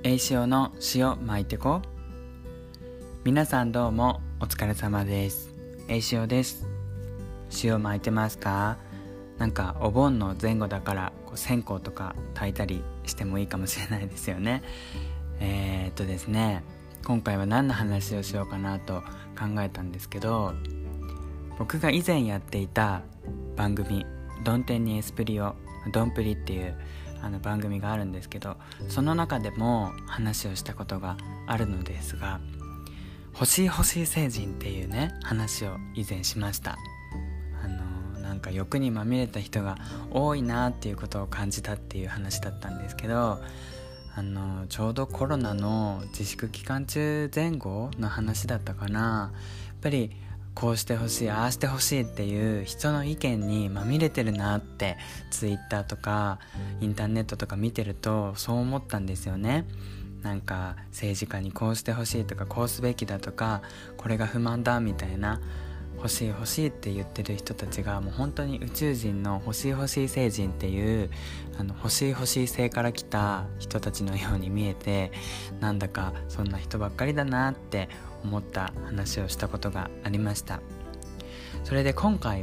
栄潮の塩巻いてこ。皆さんどうもお疲れ様です。栄潮です。塩巻いてますか？なんかお盆の前後だから線香とか焚いたりしてもいいかもしれないですよね。ですね、今回は何の話をしようかなと考えたんですけど、僕が以前やっていた番組ドンテンにエスプリオドンプリっていう番組があるんですけど、その中でも話をしたことがあるのですが、欲しい星人っていうね話を以前しました。なんか欲にまみれた人が多いなっていうことを感じたっていう話だったんですけど、ちょうどコロナの自粛期間中前後の話だったかな。やっぱりこうしてほしいああしてほしいっていう人の意見にまみれてるなって、ツイッターとかインターネットとか見てるとそう思ったんですよね。なんか政治家にこうしてほしいとかこうすべきだとかこれが不満だみたいな、欲しいって言ってる人たちがもう本当に宇宙人の欲しい星人っていう欲しい星から来た人たちのように見えて、なんだかそんな人ばっかりだなって思った話をしたことがありました。それで今回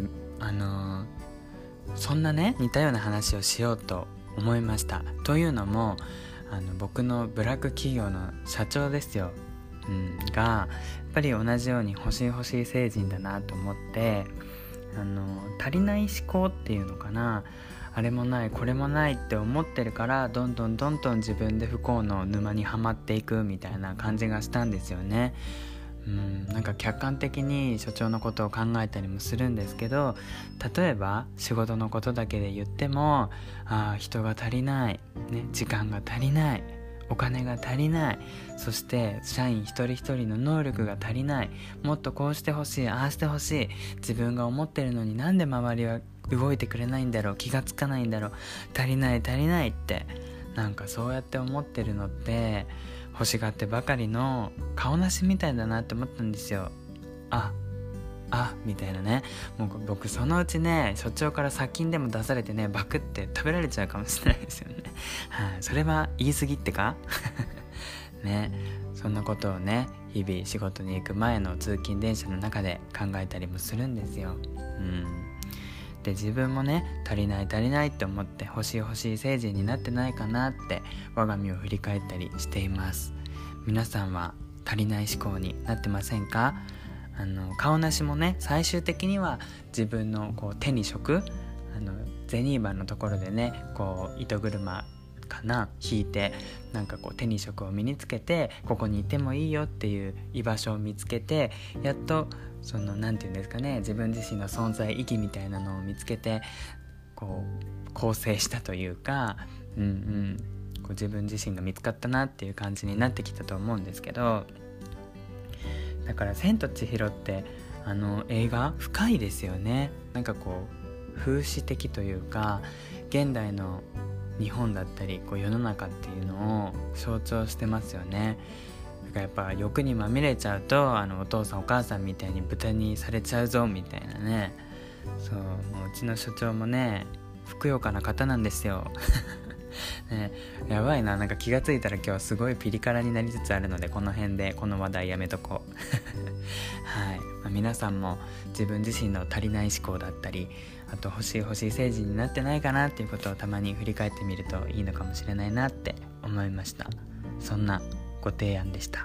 そんなね似たような話をしようと思いました。というのも僕のブラック企業の社長ですよ、がやっぱり同じように欲しい星人だなと思って、足りない思考っていうのかな、あれもないこれもないって思ってるからどんどん自分で不幸の沼にはまっていくみたいな感じがしたんですよね。なんか客観的に所長のことを考えたりもするんですけど、例えば仕事のことだけで言っても、人が足りない、時間が足りない、お金が足りない、そして社員一人一人の能力が足りない、もっとこうしてほしいああしてほしい、自分が思ってるのになんで周りは動いてくれないんだろう、気がつかないんだろう、足りないって、なんかそうやって思ってるのって欲しがってばかりの顔なしみたいだなって思ったんですよ。みたいなね。もう僕そのうちね所長から殺菌でも出されてねバクって食べられちゃうかもしれないですよね。それは言い過ぎってかね、そんなことをね日々仕事に行く前の通勤電車の中で考えたりもするんですよ。で自分もね足りないって思って欲しい星人になってないかなって我が身を振り返ったりしています。皆さんは足りない思考になってませんか？顔なしもね最終的には自分の手に職、ゼニーバのところでね糸車かな引いて、なんか手に職を身につけてここにいてもいいよっていう居場所を見つけて、やっとなんていうんですかね、自分自身の存在意義みたいなのを見つけて構成したというか、自分自身が見つかったなっていう感じになってきたと思うんですけど、だから千と千尋って映画深いですよね。なんか風刺的というか現代の日本だったり世の中っていうのを象徴してますよね。だからやっぱ欲にまみれちゃうとお父さんお母さんみたいに豚にされちゃうぞみたいなね。そう、もううちの所長もねふくよかな方なんですよね、やばいな、なんか気がついたら今日すごいピリ辛になりつつあるのでこの辺でこの話題やめとこう皆さんも自分自身の足りない思考だったり、あと欲しい星人になってないかなっていうことをたまに振り返ってみるといいのかもしれないなって思いました。そんなご提案でした。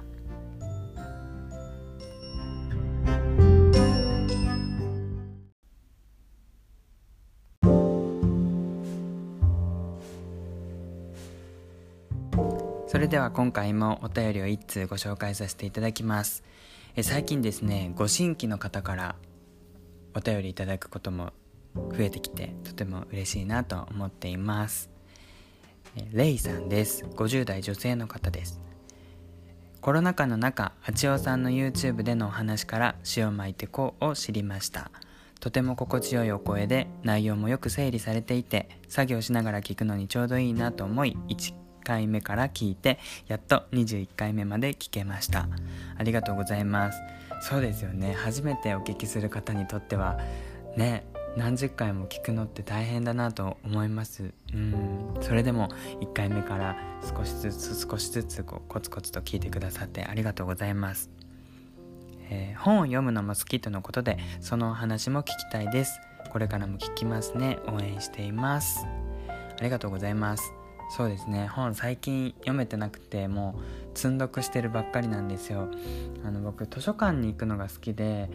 それでは今回もお便りを1通ご紹介させていただきます。最近ですねご新規の方からお便りいただくことも増えてきてとても嬉しいなと思っています。レイさんです。50代女性の方です。コロナ禍の中、あちおさんの YouTube でのお話から塩巻いてこうを知りました。とても心地よいお声で内容もよく整理されていて、作業しながら聞くのにちょうどいいなと思い1回目から聞いてやっと21回目まで聞けました。ありがとうございます。そうですよね、初めてお聞きする方にとってはね、 何十回も聞くのって大変だなと思います。それでも1回目から少しずつコツコツと聞いてくださってありがとうございます。本を読むのも好きとのことで、そのお話も聞きたいです。これからも聞きますね。応援しています。ありがとうございます。そうですね、本最近読めてなくて、もう積んどくしてるばっかりなんですよ。僕図書館に行くのが好きで、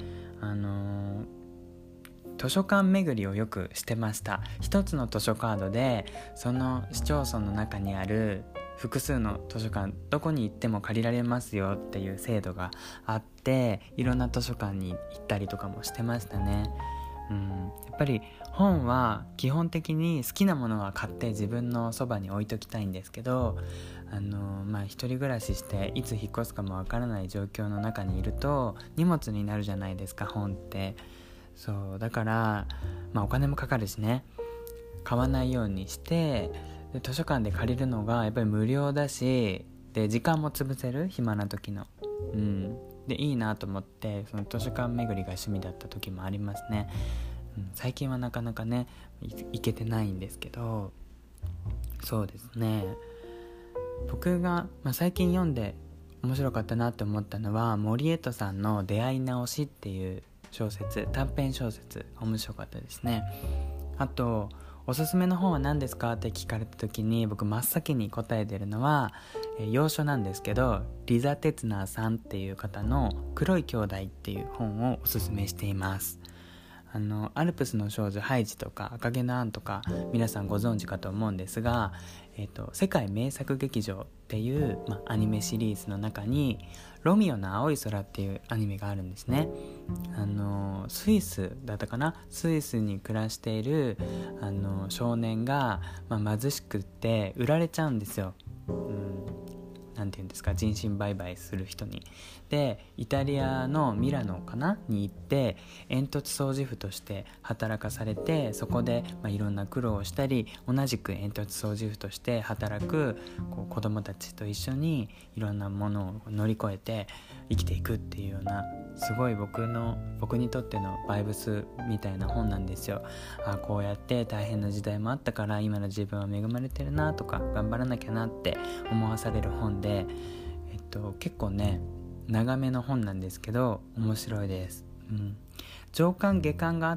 図書館巡りをよくしてました。一つの図書カードでその市町村の中にある複数の図書館、どこに行っても借りられますよっていう制度があって、いろんな図書館に行ったりとかもしてましたね。やっぱり本は基本的に好きなものは買って自分のそばに置いときたいんですけど、一人暮らししていつ引っ越すかもわからない状況の中にいると荷物になるじゃないですか、本って。そうだから、お金もかかるしね、買わないようにして、で図書館で借りるのがやっぱり無料だし、で時間も潰せる、暇な時のでいいなと思って、その図書館巡りが趣味だった時もありますね。最近はなかなかね行けてないんですけど、そうですね、僕が、最近読んで面白かったなって思ったのは、森江戸さんの出会い直しっていう小説、短編小説面白かったですね。あとおすすめの本は何ですかって聞かれた時に、僕真っ先に答えてるのは洋書なんですけど、リザ・テツナーさんっていう方の黒い兄弟っていう本をおすすめしています。アルプスの少女ハイジとか赤毛のアンとか皆さんご存知かと思うんですが、世界名作劇場っていう、アニメシリーズの中にロミオの青い空っていうアニメがあるんですね。スイスだったかな、スイスに暮らしている少年が、貧しくって売られちゃうんですよ。なんていうんですか、人身売買する人に。でイタリアのミラノかなに行って煙突掃除婦として働かされて、そこで、いろんな苦労をしたり、同じく煙突掃除婦として働く子供たちと一緒にいろんなものを乗り越えて生きていくっていうような、すごい僕にとってのバイブスみたいな本なんですよ。こうやって大変な時代もあったから今の自分は恵まれてるなとか、頑張らなきゃなって思わされる本で、結構ね長めの本なんですけど面白いです。上巻下巻があって、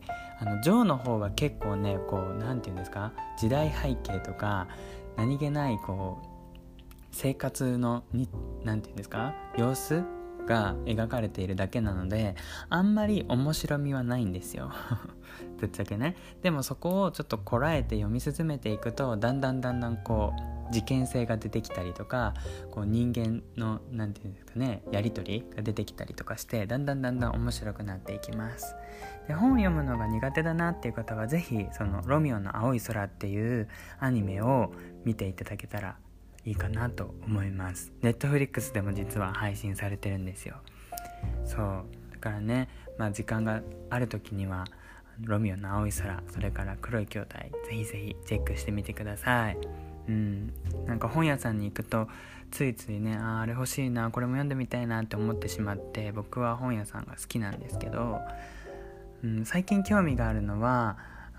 上の方は結構ねなんていうんですか、時代背景とか何気ない生活のなんていうんですか、様子が描かれているだけなので、あんまり面白みはないんですよぶっちゃけね。でもそこをちょっとこらえて読み進めていくと、だんだん事件性が出てきたりとか、人間のなんていうんですかね、やり取りが出てきたりとかして、だんだん面白くなっていきます。で本を読むのが苦手だなっていう方は、ぜひそのロミオの青い空っていうアニメを見ていただけたらいいかなと思います。Netflix でも実は配信されてるんですよ。そうだからね、時間がある時にはロミオの青い空、それから黒い兄弟、ぜひぜひチェックしてみてください。なんか本屋さんに行くとついついね、あれ欲しいな、これも読んでみたいなって思ってしまって、僕は本屋さんが好きなんですけど、最近興味があるのは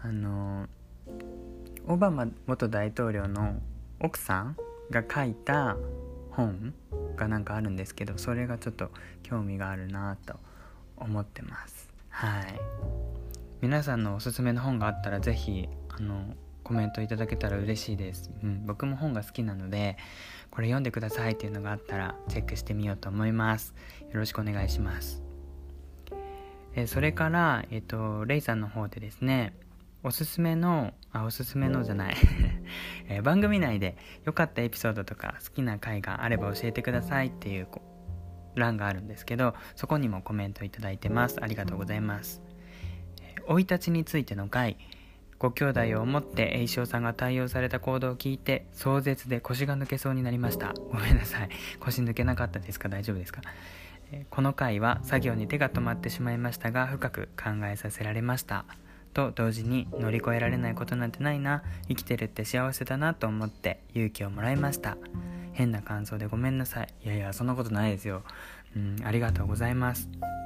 オバマ元大統領の奥さんが書いた本がなんかあるんですけど、それがちょっと興味があるなと思ってます。皆さんのおすすめの本があったらぜひコメントいただけたら嬉しいです。僕も本が好きなので、これ読んでくださいっていうのがあったらチェックしてみようと思います。よろしくお願いします。それから、レイさんの方でですね、おすすめのじゃない番組内で良かったエピソードとか好きな回があれば教えてくださいっていう欄があるんですけど、そこにもコメントいただいてます。ありがとうございます。生い立ちについての回、ご兄弟を思って栄翔さんが対応された行動を聞いて壮絶で腰が抜けそうになりました。ごめんなさい、腰抜けなかったですか？大丈夫ですか？この回は作業に手が止まってしまいましたが、深く考えさせられましたと同時に、乗り越えられないことなんてないな、生きてるって幸せだなと思って勇気をもらいました。変な感想でごめんなさい。いやそんなことないですよ。ありがとうございます。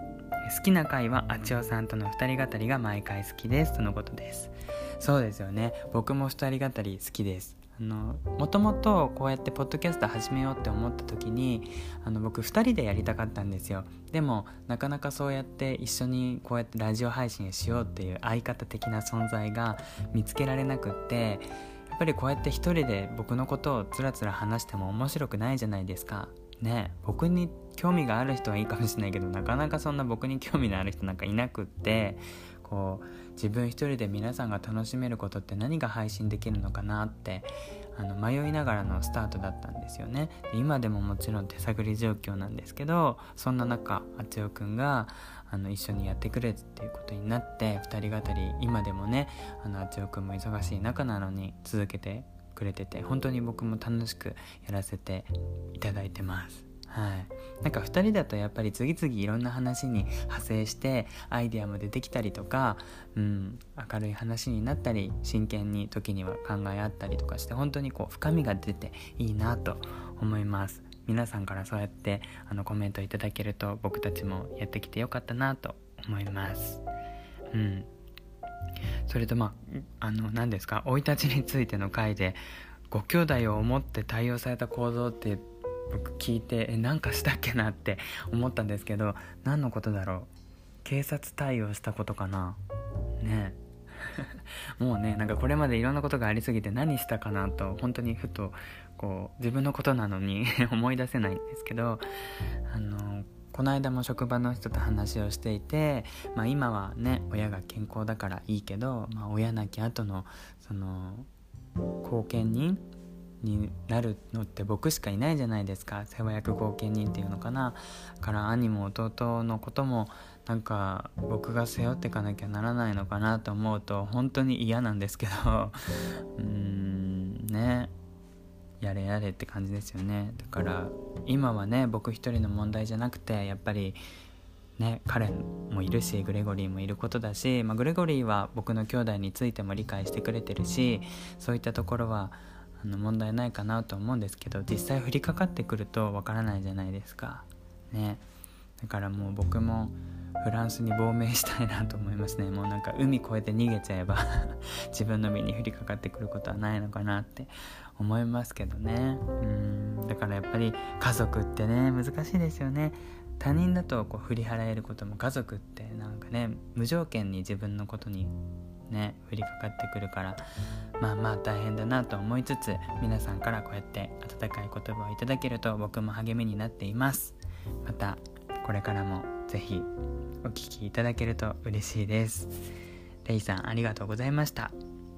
好きな回はあちおさんとの二人語りが毎回好きですとのことです。そうですよね、僕も二人語り好きです。もともとこうやってポッドキャスト始めようって思った時に僕2人でやりたかったんですよ。でもなかなかそうやって一緒にこうやってラジオ配信しようっていう相方的な存在が見つけられなくって、やっぱりこうやって一人で僕のことをつらつら話しても面白くないじゃないですかね。僕に興味がある人はいいかもしれないけど、なかなかそんな僕に興味のある人なんかいなくって、こう自分一人で皆さんが楽しめることって何が配信できるのかなって迷いながらのスタートだったんですよね。で今でももちろん手探り状況なんですけど、そんな中あつよくんが一緒にやってくれっていうことになって二人語り、今でもねあつよくんも忙しい中なのに続けてくれてて、本当に僕も楽しくやらせていただいてます。なんか2人だとやっぱり次々いろんな話に派生してアイデアも出てきたりとか、明るい話になったり真剣に時には考え合ったりとかして、本当にこう深みが出ていいなと思います。皆さんからそうやってコメントいただけると僕たちもやってきてよかったなと思います。それと何ですか、生い立ちについての回でご兄弟を思って対応された行動って僕聞いてなんかしたっけなって思ったんですけど、何のことだろう。警察対応したことかなねもうね、なんかこれまでいろんなことがありすぎて何したかなと本当にふとこう自分のことなのに思い出せないんですけど、この間も職場の人と話をしていて、今はね親が健康だからいいけど、親亡き後のその後見人になるのって僕しかいないじゃないですか。世話役後見人っていうのかな。だから兄も弟のこともなんか僕が背負っていかなきゃならないのかなと思うと本当に嫌なんですけどね、やれやれって感じですよね。だから今はね僕一人の問題じゃなくて、やっぱりね彼もいるしグレゴリーもいることだし、グレゴリーは僕の兄弟についても理解してくれてるし、そういったところは問題ないかなと思うんですけど、実際降りかかってくるとわからないじゃないですかね。だからもう僕もフランスに亡命したいなと思いますね。もうなんか海越えて逃げちゃえば自分の身に降りかかってくることはないのかなって思いますけどね。だからやっぱり家族ってね難しいですよね。他人だとこう振り払えることも、家族ってなんかね無条件に自分のことにね降りかかってくるから、大変だなと思いつつ、皆さんからこうやって温かい言葉をいただけると僕も励みになっています。またこれからもぜひお聞きいただけると嬉しいです。レイさんありがとうございました。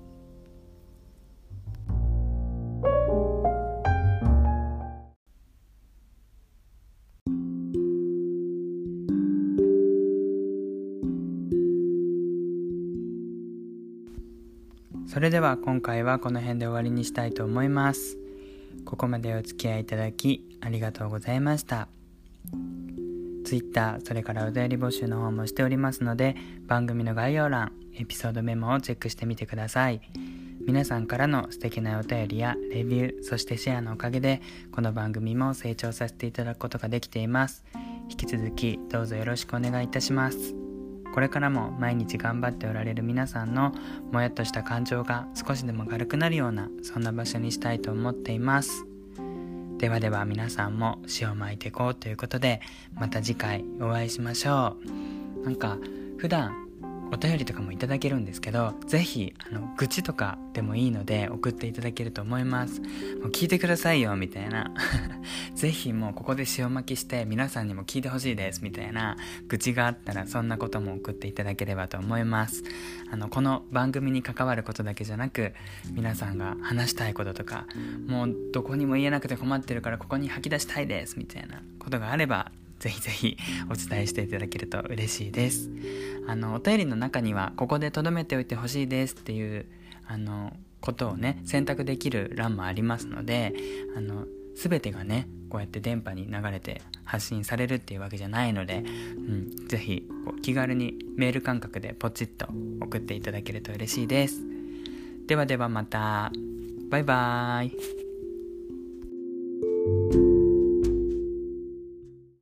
それでは今回はこの辺で終わりにしたいと思います。ここまでお付き合いいただきありがとうございました。Twitter それからお便り募集の方もしておりますので、番組の概要欄エピソードメモをチェックしてみてください。皆さんからの素敵なお便りやレビュー、そしてシェアのおかげでこの番組も成長させていただくことができています。引き続きどうぞよろしくお願いいたします。これからも毎日頑張っておられる皆さんのもやっとした感情が少しでも軽くなるような、そんな場所にしたいと思っています。ではでは皆さんも塩をまいていこうということで、また次回お会いしましょう。なんか普段お便りとかもいただけるんですけど、ぜひ愚痴とかでもいいので送っていただけると思います。もう聞いてくださいよみたいなぜひもうここで塩巻きして皆さんにも聞いてほしいですみたいな愚痴があったら、そんなことも送っていただければと思います。この番組に関わることだけじゃなく、皆さんが話したいこととか、もうどこにも言えなくて困ってるからここに吐き出したいですみたいなことがあれば、ぜひぜひお伝えしていただけると嬉しいです。お便りの中にはここで留めておいてほしいですっていうことをね選択できる欄もありますので、全てがねこうやって電波に流れて発信されるっていうわけじゃないので、ぜひ気軽にメール感覚でポチッと送っていただけると嬉しいです。ではではまた、バイバーイ。